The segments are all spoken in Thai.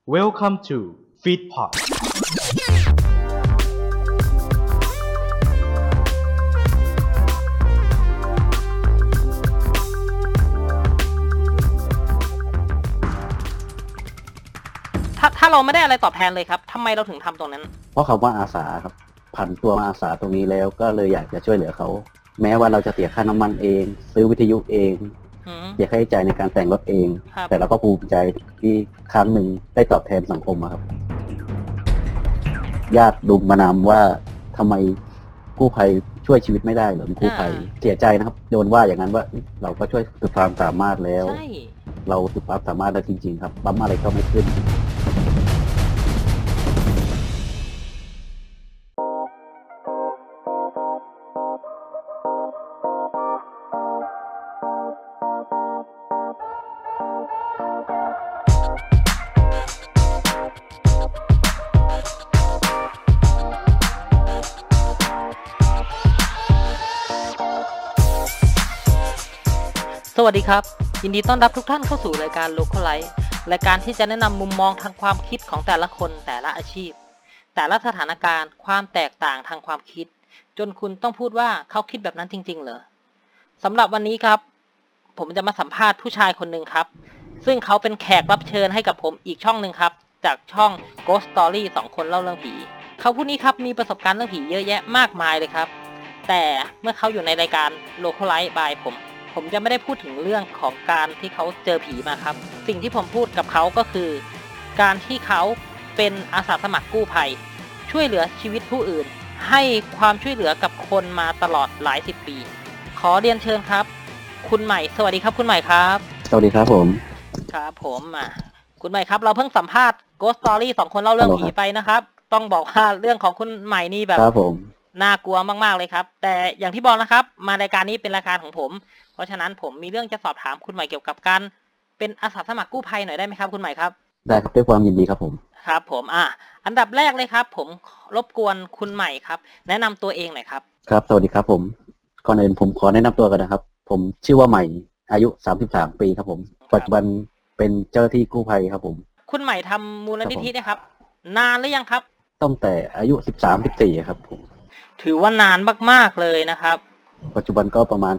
Welcome to Feedpot ถ้าเราไม่ได้อะไรตอบแทนเลยครับทำไมเราถึงทำตรงนั้นเพราะคำว่าอาสาครับผันตัวมาอาสาตรงนี้แล้วก็เลยอยากจะช่วยเหลือเขาแม้ว่าเราจะเสียค่าน้ำมันเองซื้อวิทยุเองเสียค่าใช้จ่ายในการแต่งรถเองแต่เราก็ภูมิใจที่ครั้งหนึ่งได้ตอบแทนสังคมครับญาติดุมมานำว่าทำไมกู้ภัยช่วยชีวิตไม่ได้เหรอกู้ภัยเสียใจนะครับโดนว่าอย่างนั้นว่าเราก็ช่วยสุดความสามารถแล้วเราสุดความสามารถแล้วจริงๆครับปั๊มอะไรก็ไม่ขึ้นสวัสดีครับยินดีต้อนรับทุกท่านเข้าสู่รายการ Local Life รายการที่จะแนะนำมุมมองทางความคิดของแต่ละคนแต่ละอาชีพแต่ละสถานการณ์ความแตกต่างทางความคิดจนคุณต้องพูดว่าเขาคิดแบบนั้นจริงๆเหรอสำหรับวันนี้ครับผมจะมาสัมภาษณ์ผู้ชายคนหนึ่งครับซึ่งเขาเป็นแขกรับเชิญให้กับผมอีกช่องหนึ่งครับจากช่อง Ghost Story 2 คนเล่าเรื่องผีเขาผู้นี้ครับมีประสบการณ์เรื่องผีเยอะแยะมากมายเลยครับแต่เมื่อเขาอยู่ในรายการ Local Life by ผมจะไม่ได้พูดถึงเรื่องของการที่เขาเจอผีมาครับสิ่งที่ผมพูดกับเขาก็คือการที่เขาเป็นอาสาสมัครกู้ภัยช่วยเหลือชีวิตผู้อื่นให้ความช่วยเหลือกับคนมาตลอดหลาย10 ปีขอเรียนเชิญครับคุณใหม่สวัสดีครับคุณใหม่ครับสวัสดีครับผมครับผมคุณใหม่ครับเราเพิ่งสัมภาษณ์ Ghost Story 2 คนเล่าเรื่องผีไปนะครับต้องบอกว่าเรื่องของคุณใหม่นี่แบบครับผมน่ากลัวมากๆเลยครับแต่อย่างที่บอกนะครับมารายการนี้เป็นรายการของผมเพราะฉะนั้นผมมีเรื่องจะสอบถามคุณใหม่เกี่ยวกับการเป็นอาสาสมัครกู้ภัยหน่อยได้ไหมครับคุณใหม่ครับได้ครับด้วยความยินดีครับผมครับผมอันดับแรกเลยครับผมรบกวนคุณใหม่ครับแนะนำตัวเองหน่อยครับครับสวัสดีครับผมก่อนอื่นผมขอแนะนำตัวกันนะครับผมชื่อว่าใหม่อายุ33 ปีครับผมปัจจุบันเป็นเจ้าหน้าที่กู้ภัยครับผมคุณใหม่ทำมูลนิธินะครับนานหรือยังครับตั้งแต่อายุ13-14ครับผมถือว่านานมากๆเลยนะครับปัจจุบันก็ประมาณ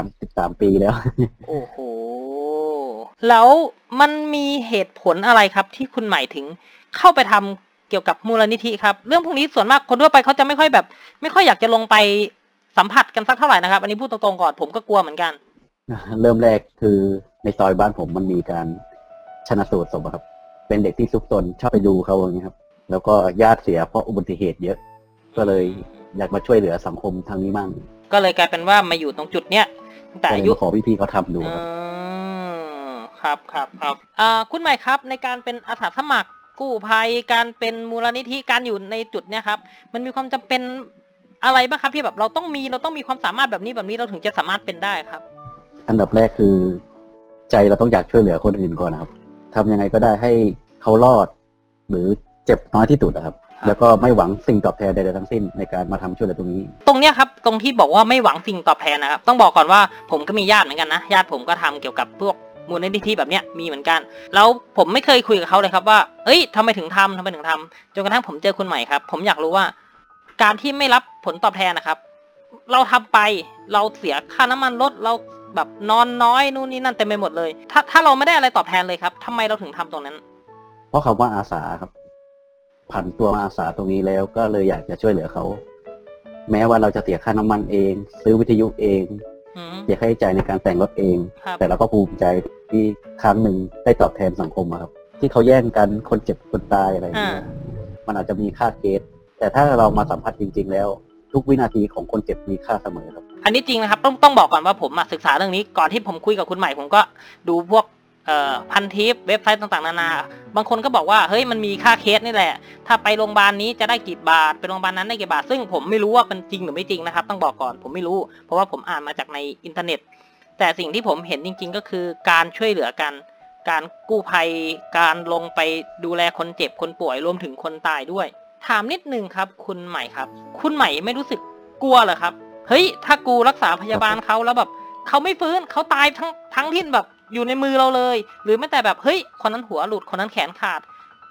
13ปีแล้วโอ้โหแล้วมันมีเหตุผลอะไรครับที่คุณใหม่ถึงเข้าไปทำเกี่ยวกับมูลนิธิครับเรื่องพวกนี้ส่วนมากคนทั่วไปเขาจะไม่ค่อยอยากจะลงไปสัมผัสกันสักเท่าไหร่นะครับอันนี้พูดตรงๆก่อนผมก็กลัวเหมือนกันเริ่มแรกคือในซอยบ้านผมมันมีการชันสูตรศพครับเป็นเด็กที่ซุกซนชอบไปดูเขาอย่างนี้ครับแล้วก็ญาติเสียเพราะอุบัติเหตุเยอะก็เลยอยากมาช่วยเหลือสังคมทางนี้มั่งก็เลยกลายเป็นว่ามาอยู่ตรงจุดเนี้ยแต่อายุขอพี่ๆเขาทำดูครับครับคุณใหม่ครับในการเป็นอาสาสมัครกู้ภัยการเป็นมูลนิธิการอยู่ในจุดเนี้ยครับมันมีความจำเป็นอะไรบ้างครับที่แบบเราต้องมีความสามารถแบบนี้เราถึงจะสามารถเป็นได้ครับอันดับแรกคือใจเราต้องอยากช่วยเหลือคนอื่นก่อนนะครับทำยังไงก็ได้ให้เขารอดหรือเจ็บน้อยที่สุดนะครับแล้วก็ไม่หวังสิ่งตอบแทนใดๆทั้งสิ้นในการมาทำช่วยเหลือตรงนี้ตรงเนี้ยครับตรงที่บอกว่าไม่หวังสิ่งตอบแทนนะครับต้องบอกก่อนว่าผมก็มีญาติเหมือนกันนะญาติผมก็ทำเกี่ยวกับพวกมูลนิธิแบบเนี้ยมีเหมือนกันแล้วผมไม่เคยคุยกับเขาเลยครับว่าเอ้ยทำไมถึงทำจนกระทั่งผมเจอคุณใหม่ครับผมอยากรู้ว่าการที่ไม่รับผลตอบแทนนะครับเราทำไปเราเสียค่าน้ำมันรถเราแบบนอนน้อยนู่นนี่นั่นเต็มไปหมดเลยถ้าเราไม่ได้อะไรตอบแทนเลยครับทำไมเราถึงทำตรงนั้นเพราะคำว่าอาสาครับผันตัวมาอาสาตรงนี้แล้วก็เลยอยากจะช่วยเหลือเขาแม้ว่าเราจะเสียค่าน้ำมันเองซื้อวิทยุเองเสียค่าใช้จ่ายในการแต่งรถเองแต่เราก็ภูมิใจที่ครั้งหนึ่งได้ตอบแทนสังคมครับที่เขาแย่งกันคนเจ็บคนตายอะไรอย่างเงี้ยมันอาจจะมีค่าเกสแต่ถ้าเรามาสัมผัสจริงๆแล้วทุกวินาทีของคนเจ็บมีค่าเสมอครับอันนี้จริงนะครับต้องบอกก่อนว่าผมศึกษาเรื่องนี้ก่อนที่ผมคุยกับคุณใหม่ผมก็ดูพวกพันทิปเว็บไซต์ต่างๆนานาบางคนก็บอกว่าเฮ้ยมันมีค่าเคสนี่แหละถ้าไปโรงพยาบาลนี้จะได้กี่บาทไปโรงพยาบาลนั้นได้กี่บาทซึ่งผมไม่รู้ว่าเป็นจริงหรือไม่จริงนะครับต้องบอกก่อนผมไม่รู้เพราะว่าผมอ่านมาจากในอินเทอร์เน็ตแต่สิ่งที่ผมเห็นจริงๆก็คือการช่วยเหลือกันการกู้ภัยการลงไปดูแลคนเจ็บคนป่วยรวมถึงคนตายด้วยถามนิดนึงครับคุณใหม่ครับคุณใหม่ไม่รู้สึกกลัวเหรอครับเฮ้ยถ้ากูรักษาพยาบาลเขาแล้วแบบเขาไม่ฟื้นเขาตายทั้งที่แบบอยู่ในมือเราเลยหรือแม้แต่แบบเฮ้ยคนนั้นหัวหลุดคนนั้นแขนขาด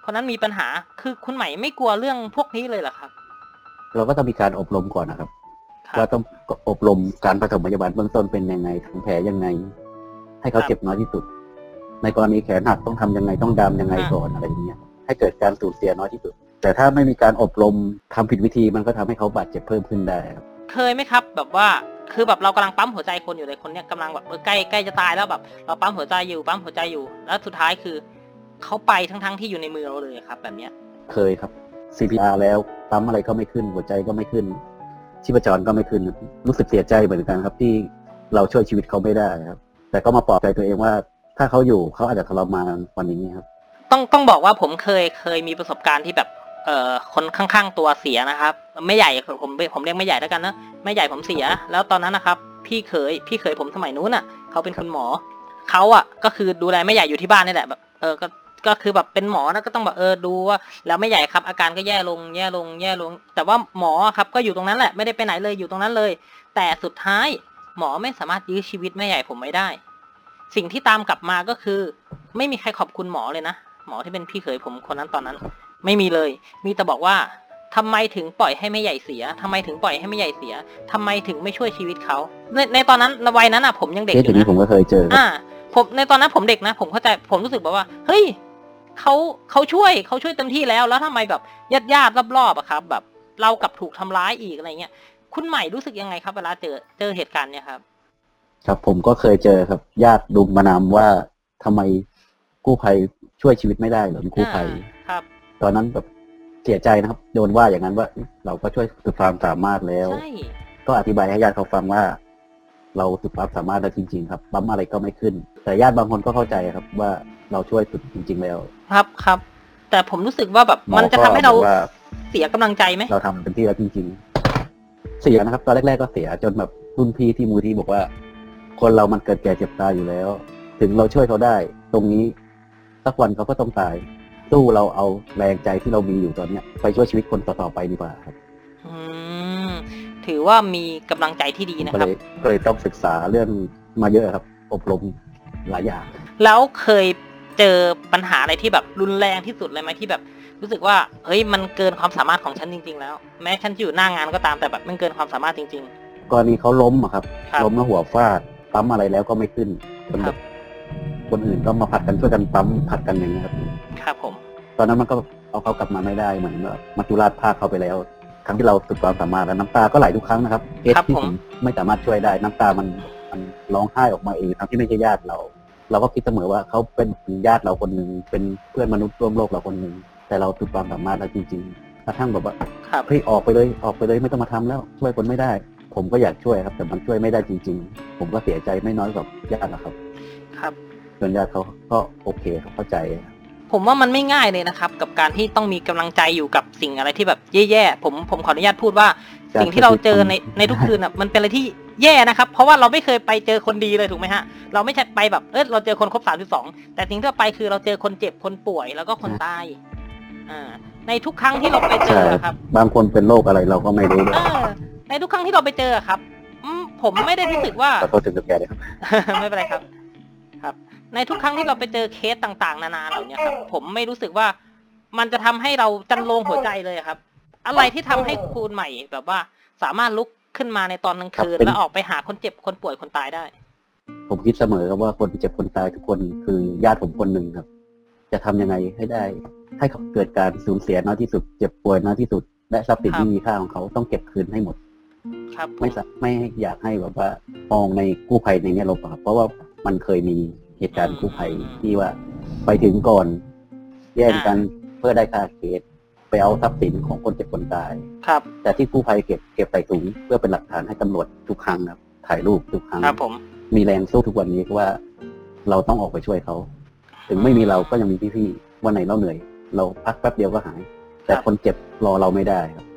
คนนั้นมีปัญหาคือคุณใหม่ไม่กลัวเรื่องพวกนี้เลยเหรอครับเราก็ต้องมีการอบรมก่อนนะครับว่าต้องอบรมการปฐมพยาบาลเบื้องต้นเป็นยังไงทำแผลยังไงให้เขาเจ็บน้อยที่สุดในกรณีแขนหักต้องทำยังไงต้องดามยังไงก่อนอะไรอย่างเงี้ยให้เกิดการสูญเสียน้อยที่สุดแต่ถ้าไม่มีการอบรมทำผิดวิธีมันก็ทำให้เขาบาดเจ็บเพิ่มขึ้นได้ครับเคยไหมครับแบบว่าคือแบบเรากำลังปั๊มหัวใจคนอยู่เลยคนเนี้ยกำลังแบบใกล้จะตายแล้วแบบเราปั๊มหัวใจอยู่แล้วสุดท้ายคือเขาไปทั้งที่อยู่ในมือเราเลยครับแบบเนี้ยเคยครับ CPR แล้วปั๊มอะไรก็ไม่ขึ้นหัวใจก็ไม่ขึ้นชีพจรก็ไม่ขึ้นรู้สึกเสียใจเหมือนกันครับที่เราช่วยชีวิตเขาไม่ได้ครับแต่ก็มาปลอบใจตัวเองว่าถ้าเขาอยู่เขาอาจจะทรมานวันนี้ครับต้องบอกว่าผมเคยมีประสบการณ์ที่แบบคนข้างๆตัวเสียนะครับไม่ใหญ่ผมเรียกไม่ใหญ่แล้วกันนะไม่ใหญ่ผมเสียแล้วตอนนั้นนะครับพี่เขยผมสมัยนู้นอ่ะเขาเป็นคุณหมอเขาอ่ะก็คือดูแลไม่ใหญ่อยู่ที่บ้านนี่แหละแบบก็คือแบบเป็นหมอนะก็ต้องแบบดูว่าแล้วไม่ใหญ่ครับอาการก็แย่ลงแต่ว่าหมอครับก็อยู่ตรงนั้นแหละไม่ได้ไปไหนเลยอยู่ตรงนั้นเลยแต่สุดท้ายหมอไม่สามารถยื้อชีวิตแม่ใหญ่ผมไม่ได้สิ่งที่ตามกลับมาก็คือไม่มีใครขอบคุณหมอเลยนะหมอที่เป็นพี่เขยผมคนนั้นตอนนั้นไม่มีเลยมีแต่บอกว่าทำไมถึงปล่อยให้แม่ใหญ่เสียทำไมถึงปล่อยให้แม่ใหญ่เสียทำไมถึงไม่ช่วยชีวิตเขาในตอนนั้นวัยนั้นอ่ะผมยังเด็กอยู่นะผมก็เคยเจอผมในตอนนั้นผมเด็กนะผมเข้าใจผมรู้สึกแบบว่าเฮ้ยเขาช่วยเต็มที่แล้วทำไมแบบญาติรอบๆอะครับแบบเรากลับถูกทำร้ายอีกอะไรเงี้ยคุณใหม่รู้สึกยังไงครับเวลาเจอเหตุการณ์เนี่ยครับครับผมก็เคยเจอครับญาติดุมมานำว่าทำไมกู้ภัยช่วยชีวิตไม่ได้เหรอกู้ภัยครับตอนนั้นแบบเสียใจนะครับโดนว่าอย่างนั้นว่าเราก็ช่วยสุดความสามารถแล้วก็อธิบายให้ญาติเขาฟังว่าเราสุดความสามารถแล้วจริงๆครับปั๊มอะไรก็ไม่ขึ้นแต่ญาติบางคนก็เข้าใจครับว่าเราช่วยสุดจริงๆแล้วครับแต่ผมรู้สึกว่าแบบมันจะทำให้เราเสียกำลังใจไหมเราทำเต็มที่แล้วจริงๆเสียนะครับตอนแรกๆก็เสียจนแบบรุ่นพี่ที่มูลที่บอกว่าคนเรามันเกิดแก่เจ็บตายอยู่แล้วถึงเราช่วยเขาได้ตรงนี้สักวันเขาก็ต้องตายสู้เราเอาแรงใจที่เรามีอยู่ตอนนี้ไปช่วยชีวิตคนต่อๆไปดีกว่าครับถือว่ามีกำลังใจที่ดีนะครับก็เลยต้องศึกษาเรื่องมาเยอะครับอบรมหลายอย่างแล้วเคยเจอปัญหาอะไรที่แบบรุนแรงที่สุดเลยไหมที่แบบรู้สึกว่าเฮ้ยมันเกินความสามารถของฉันจริงๆแล้วแม้ฉันจะอยู่หน้างานก็ตามแต่แบบมันเกินความสามารถจริงๆกรณีเขาล้มอะครับล้มแล้วหัวฟาดปั๊มอะไรแล้วก็ไม่ขึ้นคนอื่นก็มาผัดกันช่วยกันปั๊มผัดกันอย่างนี้ครับครับผมตอนนั้นมันก็เอาเขากลับมาไม่ได้เหมือนแบบมัจจุราชพาเขาไปแล้วครั้งที่เราสุดความสามารถแล้วน้ำตาก็ไหลทุกครั้งนะครับที่ผมไม่สามารถช่วยได้น้ำตามันร้องไห้ออกมาเองทั้งที่ไม่ใช่ญาติเราก็คิดเสมอว่าเขาเป็นญาติเราคนหนึ่งเป็นเพื่อนมนุษย์ร่วมโลกเราคนหนึ่งแต่เราสุดความสามารถแล้วจริงๆกระทั่งแบบว่าเฮ้ยออกไปเลยไม่ต้องมาทำแล้วช่วยคนไม่ได้ผมก็อยากช่วยครับแต่มันช่วยไม่ได้จริงๆผมก็เสียใจไม่น้อยกว่าญาตินะครับส่วนญาติเขาก็โอเคครับเข้าใจผมว่ามันไม่ง่ายเลยนะครับกับการที่ต้องมีกำลังใจอยู่กับสิ่งอะไรที่แบบแย่ๆผมขออนุญาตพูดว่าสิ่งที่เราเจอในทุกคืนอ่ะมันเป็นอะไรที่แย่นะครับเพราะว่าเราไม่เคยไปเจอคนดีเลยถูกไหมฮะเราไม่ใช่ไปแบบเราเจอคนครบ32แต่สิ่งที่เราไปคือเราเจอคนเจ็บคนป่วยแล้วก็คนตายในทุกครั้งที่เราไปเจอครับบางคนเป็นโรคอะไรเราก็ไม่รู้ในทุกครั้งที่เราไปเจอครับผมไม่ได้รู้สึกว่าขอโทษถึงกับแกเลยครับไม่เป็นไรครับในทุกครั้งที่เราไปเจอเคสต่างๆนานาเหล่านี้ครับผมไม่รู้สึกว่ามันจะทำให้เราจันโลงหัวใจเลยครับอะไรที่ทำให้คุณใหม่แบบว่าสามารถลุกขึ้นมาในตอนกลางคืนแล้วออกไปหาคนเจ็บคนป่วยคนตายได้ผมคิดเสมอครับว่าคนเจ็บคนตายทุกคนคือญาติผมคนหนึ่งครับจะทำยังไงให้ได้ให้เขาเกิดการสูญเสียน้อยที่สุดเจ็บป่วยน้อยที่สุดและทรัพย์สินที่มีค่าของเขาต้องเก็บคืนให้หมดครับไม่อยากให้แบบว่ามองในกู้ภัยในแง่ลบครับเพราะว่ามันเคยมีเหตุการณ์กู้ภัยที่ว่าไปถึงก่อนแย่งกันเพื่อได้ค่าเคสไปเอาทรัพย์สินของคนเจ็บคนตายครับแต่ที่กู้ภัยเก็บใส่ถุงเพื่อเป็นหลักฐานให้ตำรวจทุกครั้งครับถ่ายรูปทุกครั้งครับผมมีแรงสู้ทุกวันนี้เพราะว่าเราต้องออกไปช่วยเขาถึงไม่มีเราก็ยังมีพี่ๆวันไหนเราเหนื่อยเราพักแป๊บเดียวก็หายแต่คนเจ็บรอเราไม่ได้ครับ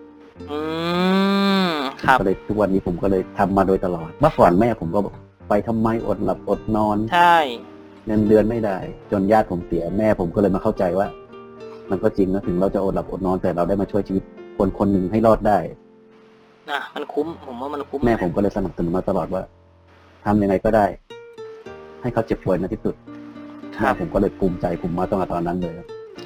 ครับก็เลยทุกวันนี้ผมก็เลยทำมาโดยตลอดเมื่อก่อนแม่ผมก็ไปทำไมอดหลับอดนอนใช่เงินเดือนไม่ได้จนญาติผมเสียแม่ผมก็เลยมาเข้าใจว่ามันก็จริงนะถึงเราจะอดหลับอดนอนแต่เราได้มาช่วยชีวิตคนคนหนึ่งให้รอดได้มันคุ้มผมว่ามันคุ้มแม่ผมก็เลยสนับสนุนมาตลอดว่าทำยังไงก็ได้ให้เขาเจ็บป่วยน้อยที่สุดแม่ผมก็เลยภูมิใจผมมาตั้งแต่ตอนนั้นเลย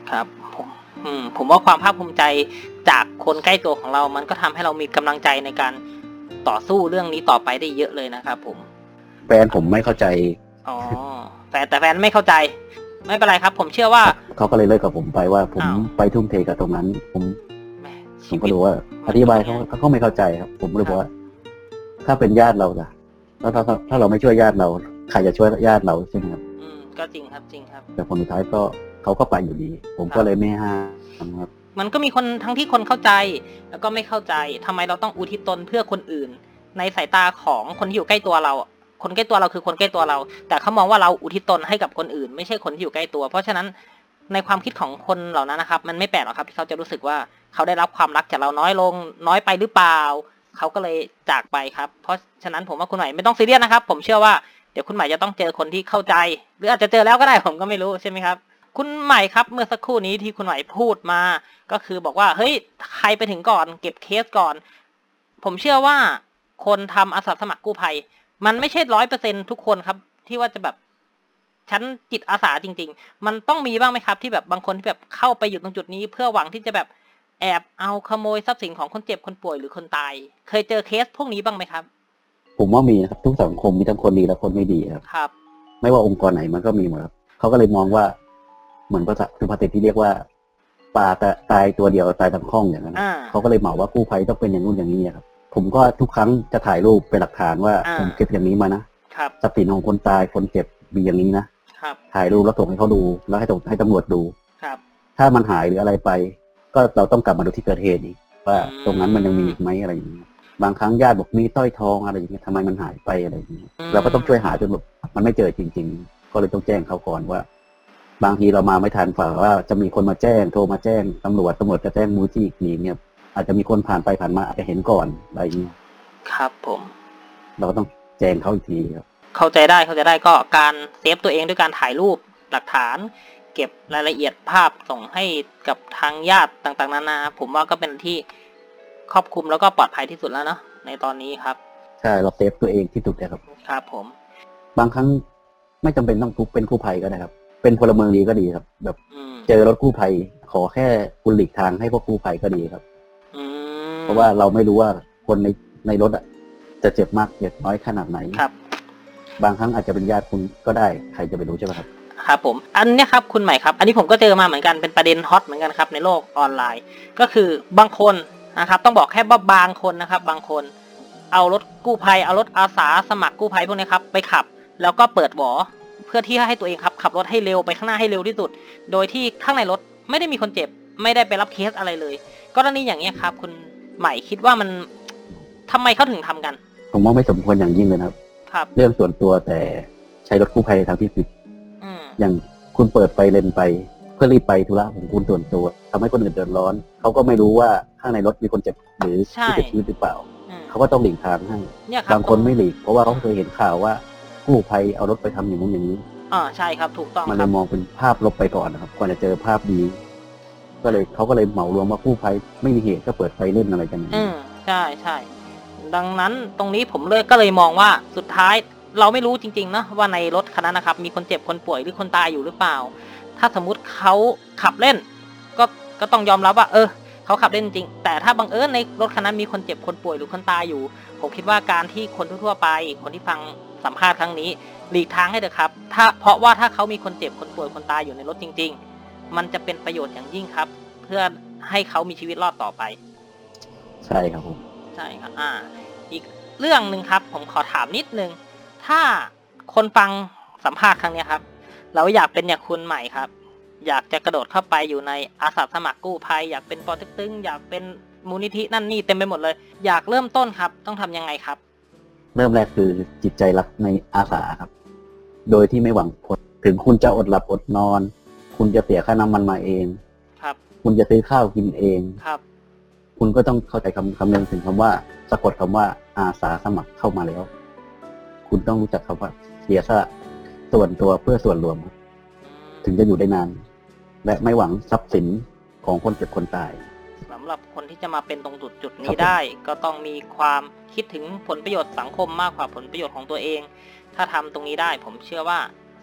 ครับผมว่าความภาคภูมิใจจากคนใกล้ตัวของเรามันก็ทำให้เรามีกำลังใจในการต่อสู้เรื่องนี้ต่อไปได้เยอะเลยนะครับผมแฟนผมไม่เข้าใจอ๋อแต่แฟนไม่เข้าใจไม่เป็นไรครับผมเชื่อว่าเขาก็เลยเลิกกับผมไปว่าผมไปทุ่มเทกับตรงนั้นผมก็รู้ว่าอธิบายเขาก็ไม่เข้าใจครับผมเลยบอกว่าถ้าเป็นญาติเราล่ะแล้วถ้าเราไม่ช่วยญาติเราใครจะช่วยญาติเราใช่ไหมครับก็จริงครับจริงครับแต่ผลสุดท้ายก็เขาก็ไปอยู่ดีผมก็เลยไม่ห้ามครับมันก็มีคนทั้งที่คนเข้าใจแล้วก็ไม่เข้าใจทำไมเราต้องอุทิศตนเพื่อคนอื่นในสายตาของคนที่อยู่ใกล้ตัวเราคนใกล้ตัวเราคือคนใกล้ตัวเราแต่เขามองว่าเราอุทิศตนให้กับคนอื่นไม่ใช่คนที่อยู่ใกล้ตัวเพราะฉะนั้นในความคิดของคนเหล่านั้นนะครับมันไม่แปลกหรอกครับที่เขาจะรู้สึกว่าเขาได้รับความรักจากเราน้อยลงน้อยไปหรือเปล่าเขาก็เลยจากไปครับเพราะฉะนั้นผมว่าคุณใหม่ไม่ต้องซีเรียสนะครับผมเชื่อว่าเดี๋ยวคุณใหม่จะต้องเจอคนที่เข้าใจหรืออาจจะเจอแล้วก็ได้ผมก็ไม่รู้ใช่ไหมครับคุณใหม่ครับเมื่อสักครู่นี้ที่คุณใหม่พูดมาก็คือบอกว่าเฮ้ยใครไปถึงก่อนเก็บเคสก่อนผมเชื่อว่าคนทำอาสาสมัครกู้ภัยมันไม่ใช่ 100% ทุกคนครับที่ว่าจะแบบฉันจิตอาสาจริงๆมันต้องมีบ้างไหมครับที่แบบบางคนที่แบบเข้าไปอยู่ตรงจุดนี้เพื่อหวังที่จะแบบแอบเอาขโมยทรัพย์สินของคนเจ็บคนป่วยหรือคนตายเคยเจอเคสพวกนี้บ้างไหมครับผมว่ามีนะครับทุกสังคมมีทั้งคนดีและคนไม่ดีครับไม่ว่าองค์กรไหนมันก็มีหมดครับเขาก็เลยมองว่าเหมือนภาษาสุภาษิตที่เรียกว่าปลาตายตัวเดียวตายทั้งข้องอย่างนั้นเขาก็เลยเหมาว่ากู้ภัยต้องเป็นอย่างนู้นอย่างนี้ครับผมก็ทุกครั้งจะถ่ายรูปเป็นหลักฐานว่าผมเก็บอย่างนี้มานะทรัพย์สินของคนตายคนเจ็บมีอย่างนี้นะถ่ายรูปแล้วส่งให้เขาดูแล้วให้ตำรวจดูถ้ามันหายหรืออะไรไปก็เราต้องกลับมาดูที่เกิดเหตุอีกว่าตรงนั้นมันยังมีอีกไหมอะไรอย่างนี้บางครั้งญาติบอกมีสร้อยทองอะไรอย่างเงี้ยทำไมมันหายไปอะไรอย่างเงี้ยเราก็ต้องช่วยหาจนแบบมันไม่เจอจริงๆก็เลยต้องแจ้งเขาก่อนว่าบางทีเรามาไม่ทันฝ่าว่าจะมีคนมาแจ้งโทรมาแจ้งตำรวจจะแจ้งมูลที่อีกทีเนี่ยอาจจะมีคนผ่านไปผ่านมาอาจจะเห็นก่อนอะไรอย่างเงี้ยครับผมเราก็ต้องแจ้งเขาอีกทีครับเข้าใจได้ก็การเซฟตัวเองด้วยการถ่ายรูปหลักฐานเก็บรายละเอียดภาพส่งให้กับทางญาติต่างๆนานาผมว่าก็เป็นที่ครอบคลุมแล้วก็ปลอดภัยที่สุดแล้วเนาะในตอนนี้ครับใช่เราเซฟตัวเองที่สุดเลยครับครับผมบางครั้งไม่จำเป็นต้องเป็นกู้ภัยก็ได้ครับเป็นพลเมืองดีก็ดีครับแบบเจอรถกู้ภัยขอแค่คุณหลีกทางให้พวกกู้ภัยก็ดีครับเพราะว่าเราไม่รู้ว่าคนในรถจะเจ็บมากเจ็บน้อยขนาดไหนครับบางครั้งอาจจะเป็นญาติคุณก็ได้ใครจะไปรู้ใช่ไหมครับครับผมอันนี้ครับคุณใหม่ครับอันนี้ผมก็เจอมาเหมือนกันเป็นประเด็นฮอตเหมือนกันครับในโลกออนไลน์ก็คือบางคนนะครับต้องบอกแค่ว่าบางคนนะครับบางคนเอารถกู้ภัยเอารถอาสาสมัครกู้ภัยพวกนี้ครับไปขับแล้วก็เปิดหวอเพื่อที่ให้ตัวเองครับขับรถให้เร็วไปข้างหน้าให้เร็วที่สุดโดยที่ข้างในรถไม่ได้มีคนเจ็บไม่ได้ไปรับเคสอะไรเลยกรณีอย่างนี้ครับคุณใหม่คิดว่ามันทำไมเขาถึงทำกันผมว่าไม่สมควรอย่างยิ่งเลยนะครับเรื่องส่วนตัวแต่ใช้รถกู้ภัยในทางที่ผิดอย่างคุณเปิดไฟเลนไปเพื่อรีบไปธุระของคุณส่วนตัวทำให้คนอื่นเดือดร้อนเขาก็ไม่รู้ว่าข้างในรถมีคนเจ็บหรือผู้เสียชีวิตหรือเปล่าเขาก็ต้องหลีกทางให้บางคนไม่หลีกเพราะว่าเขาเคยเห็นข่าวว่ากู้ภัยเอารถไปทำอย่างนู้นอย่างนี้ใช่ครับถูกต้องมันเลยมองเป็นภาพลบไปก่อนนะครับก่อนจะเจอภาพดีเขาก็เลยเหมารวมว่ากู้ภัยไม่มีเหตุก็เปิดไฟเล่นอะไรกันใช่ดังนั้นตรงนี้ผมก็เลยมองว่าสุดท้ายเราไม่รู้จริงๆนะว่าในรถคันนั้นนะครับมีคนเจ็บคนป่วยหรือคนตายอยู่หรือเปล่าถ้าสมมุติเขาขับเล่นก็ต้องยอมรับว่าเขาขับเล่นจริงแต่ถ้าบังเอิญในรถคันนั้นมีคนเจ็บคนป่วยหรือคนตายอยู่ผมคิดว่าการที่คนทั่วไปคนที่ฟังสัมภาษณ์ครั้งนี้หลีกทางให้เถอะครับเพราะว่าถ้าเขามีคนเจ็บคนป่วยคนตายอยู่ในรถจริงๆมันจะเป็นประโยชน์อย่างยิ่งครับเพื่อให้เขามีชีวิตรอดต่อไปใช่ครับผมใช่ครับอีกเรื่องนึงครับผมขอถามนิดนึงถ้าคนฟังสัมภาษณ์ครั้งนี้ครับเราอยากเป็นอย่างคุณใหม่ครับอยากจะกระโดดเข้าไปอยู่ในอาสาสมัครกู้ภัยอยากเป็นปอเต็กตึงอยากเป็นมูลนิธินั่นนี่เต็มไปหมดเลยอยากเริ่มต้นครับต้องทำยังไงครับเริ่มแรกคือจิตใจรักในอาสาครับโดยที่ไม่หวังผลถึงคุณจะอดหลับอดนอนคุณจะเสียค่าน้ำมันมาเองครับคุณจะซื้อข้าวกินเองครับคุณก็ต้องเข้าใจคำนึงถึงคำว่าสะกดคำว่าอาสาสมัครเข้ามาแล้วคุณต้องรู้จักคำว่าเสียสละส่วนตัวเพื่อส่วนรวมถึงจะอยู่ได้นานและไม่หวังทรัพย์สินของคนเจ็บคนตายสำหรับคนที่จะมาเป็นตรงจุดนี้ได้ก็ต้องมีความคิดถึงผลประโยชน์สังคมมากกว่าผลประโยชน์ของตัวเองถ้าทำตรงนี้ได้ผมเชื่อว่า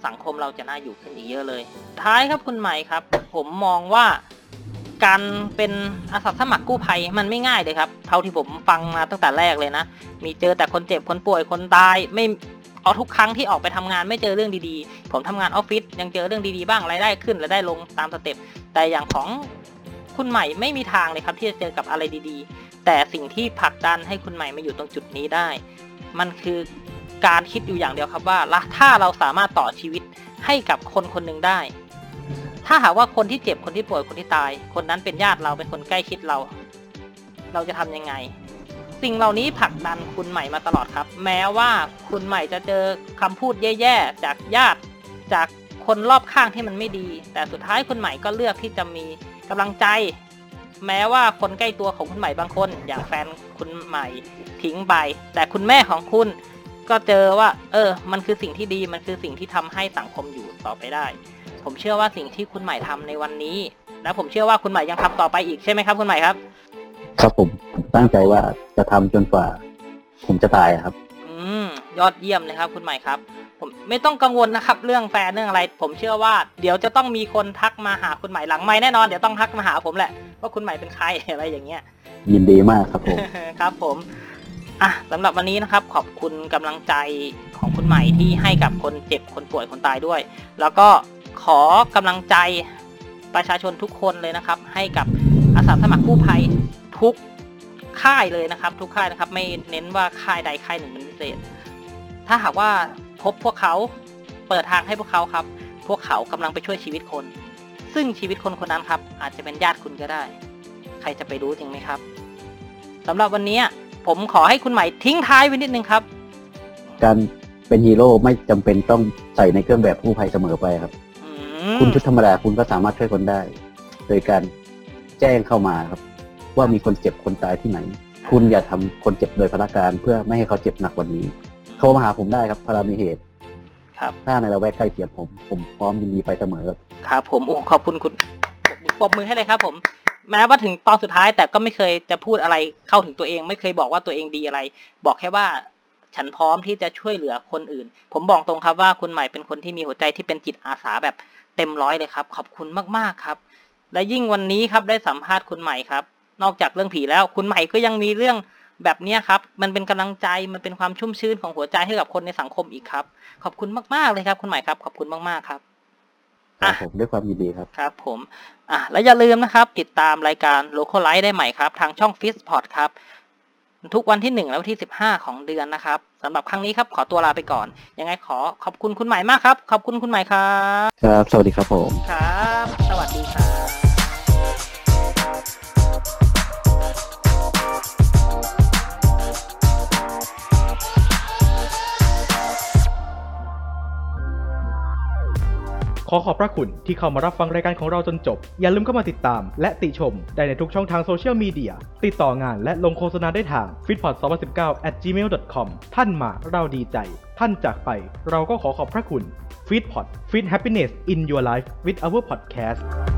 สังคมเราจะน่าอยู่ขึ้นอีกเยอะเลยท้ายครับคุณใหม่ครับผมมองว่าการเป็นอาสาสมัครกู้ภัยมันไม่ง่ายเลยครับเท่าที่ผมฟังมาตั้งแต่แรกเลยนะมีเจอแต่คนเจ็บคนป่วยคนตายไม่เอาทุกครั้งที่ออกไปทำงานไม่เจอเรื่องดีๆผมทำงานออฟฟิศยังเจอเรื่องดีๆบ้างรายได้ขึ้นรายได้ลงตามสเต็ปแต่อย่างของคุณใหม่ไม่มีทางเลยครับที่จะเจอกับอะไรดีๆแต่สิ่งที่ผลักดันให้คุณใหม่มาอยู่ตรงจุดนี้ได้มันคือการคิดอยู่อย่างเดียวครับว่าถ้าเราสามารถต่อชีวิตให้กับคนคนหนึ่งได้ถ้าหากว่าคนที่เจ็บคนที่ป่วยคนที่ตายคนนั้นเป็นญาติเราเป็นคนใกล้ชิดเราจะทำยังไงสิ่งเหล่านี้ผลักดันคุณใหม่มาตลอดครับแม้ว่าคุณใหม่จะเจอคำพูดแย่ๆจากญาติจากคนรอบข้างที่มันไม่ดีแต่สุดท้ายคุณใหม่ก็เลือกที่จะมีกำลังใจแม้ว่าคนใกล้ตัวของคุณใหม่บางคนอย่างแฟนคุณใหม่ทิ้งไปแต่คุณแม่ของคุณก็เจอว่ามันคือสิ่งที่ดีมันคือสิ่งที่ทำให้สังคมอยู่ต่อไปได้ผมเชื่อว่าสิ่งที่คุณใหม่ทำในวันนี้และผมเชื่อว่าคุณใหม่ยังทำต่อไปอีกใช่ไหมครับคุณใหม่ครับครับผมตั้งใจว่าจะทำจนกว่าผมจะตายครับยอดเยี่ยมเลยครับคุณใหม่ครับผมไม่ต้องกังวลนะครับเรื่องแฟนเรื่องอะไรผมเชื่อว่าเดี๋ยวจะต้องมีคนทักมาหาคุณใหม่หลังไมค์แน่นอนเดี๋ยวต้องทักมาหาผมแหละว่าคุณใหม่เป็นใครอะไรอย่างเงี้ยยินดีมากครับผมครับผมสำหรับวันนี้นะครับขอบคุณกำลังใจของคุณใหม่ที่ให้กับคนเจ็บคนป่วยคนตายด้วยแล้วก็ขอกำลังใจประชาชนทุกคนเลยนะครับให้กับอาสาสมัครกู้ภัยทุกค่ายเลยนะครับทุกค่ายนะครับไม่เน้นว่าค่ายใดค่ายหนึ่งเป็นพิเศษถ้าหากว่าพบพวกเขาเปิดทางให้พวกเขาครับพวกเขากำลังไปช่วยชีวิตคนซึ่งชีวิตคนคนนั้นครับอาจจะเป็นญาติคุณก็ได้ใครจะไปรู้จริงไหมครับสำหรับวันนี้ผมขอให้คุณใหม่ทิ้งท้ายไว้นิดนึงครับการเป็นฮีโร่ไม่จำเป็นต้องใส่ในเครื่องแบบกู้ภัยเสมอไปครับคุณชุดธรรมดาคุณก็สามารถช่วยคนได้โดยการแจ้งเข้ามาครับว่ามีคนเจ็บคนตายที่ไหนคุณอย่าทำคนเจ็บโดยพละการเพื่อไม่ให้เขาเจ็บหนักกว่านี้โทรมาหาผมได้ครับพอมีเหตุครับถ้าในละแวกใกล้เคียงผมพร้อมยินดีไปเสมอครับผมขอบคุณคุณปรบมือให้เลยครับผมแม้ว่าถึงตอนสุดท้ายแต่ก็ไม่เคยจะพูดอะไรเข้าถึงตัวเองไม่เคยบอกว่าตัวเองดีอะไรบอกแค่ว่าฉันพร้อมที่จะช่วยเหลือคนอื่นผมบอกตรงครับว่าคุณใหม่เป็นคนที่มีหัวใจที่เป็นจิตอาสาแบบเต็มร้อยเลยครับขอบคุณมากๆครับและยิ่งวันนี้ครับได้สัมภาษณ์คุณใหม่ครับนอกจากเรื่องผีแล้วคุณใหม่ก็ยังมีเรื่องแบบนี้ครับมันเป็นกำลังใจมันเป็นความชุ่มชื้นของหัวใจให้กับคนในสังคมอีกครับขอบคุณมากๆเลยครับคุณใหม่ครับขอบคุณมากๆครับผมด้วยความยินดีครับครับผมแล้วอย่าลืมนะครับติดตามรายการ Local Life ได้ใหม่ครับทางช่อง Fishpot ครับทุกวันที่1และวันที่15ของเดือนนะครับสำหรับครั้งนี้ครับขอตัวลาไปก่อนยังไงขอบคุณคุณใหม่มากครับขอบคุณคุณใหม่ครับครับสวัสดีครับผมครับสวัสดีครับขอขอบพระคุณที่เข้ามารับฟังรายการของเราจนจบอย่าลืมเข้ามาติดตามและติชมได้ในทุกช่องทางโซเชียลมีเดียติดต่องานและลงโฆษณาได้ทาง feedpot2019@gmail.com ท่านมาเราดีใจท่านจากไปเราก็ขอขอบพระคุณ Feedpot Feed Happiness in Your Life with our podcast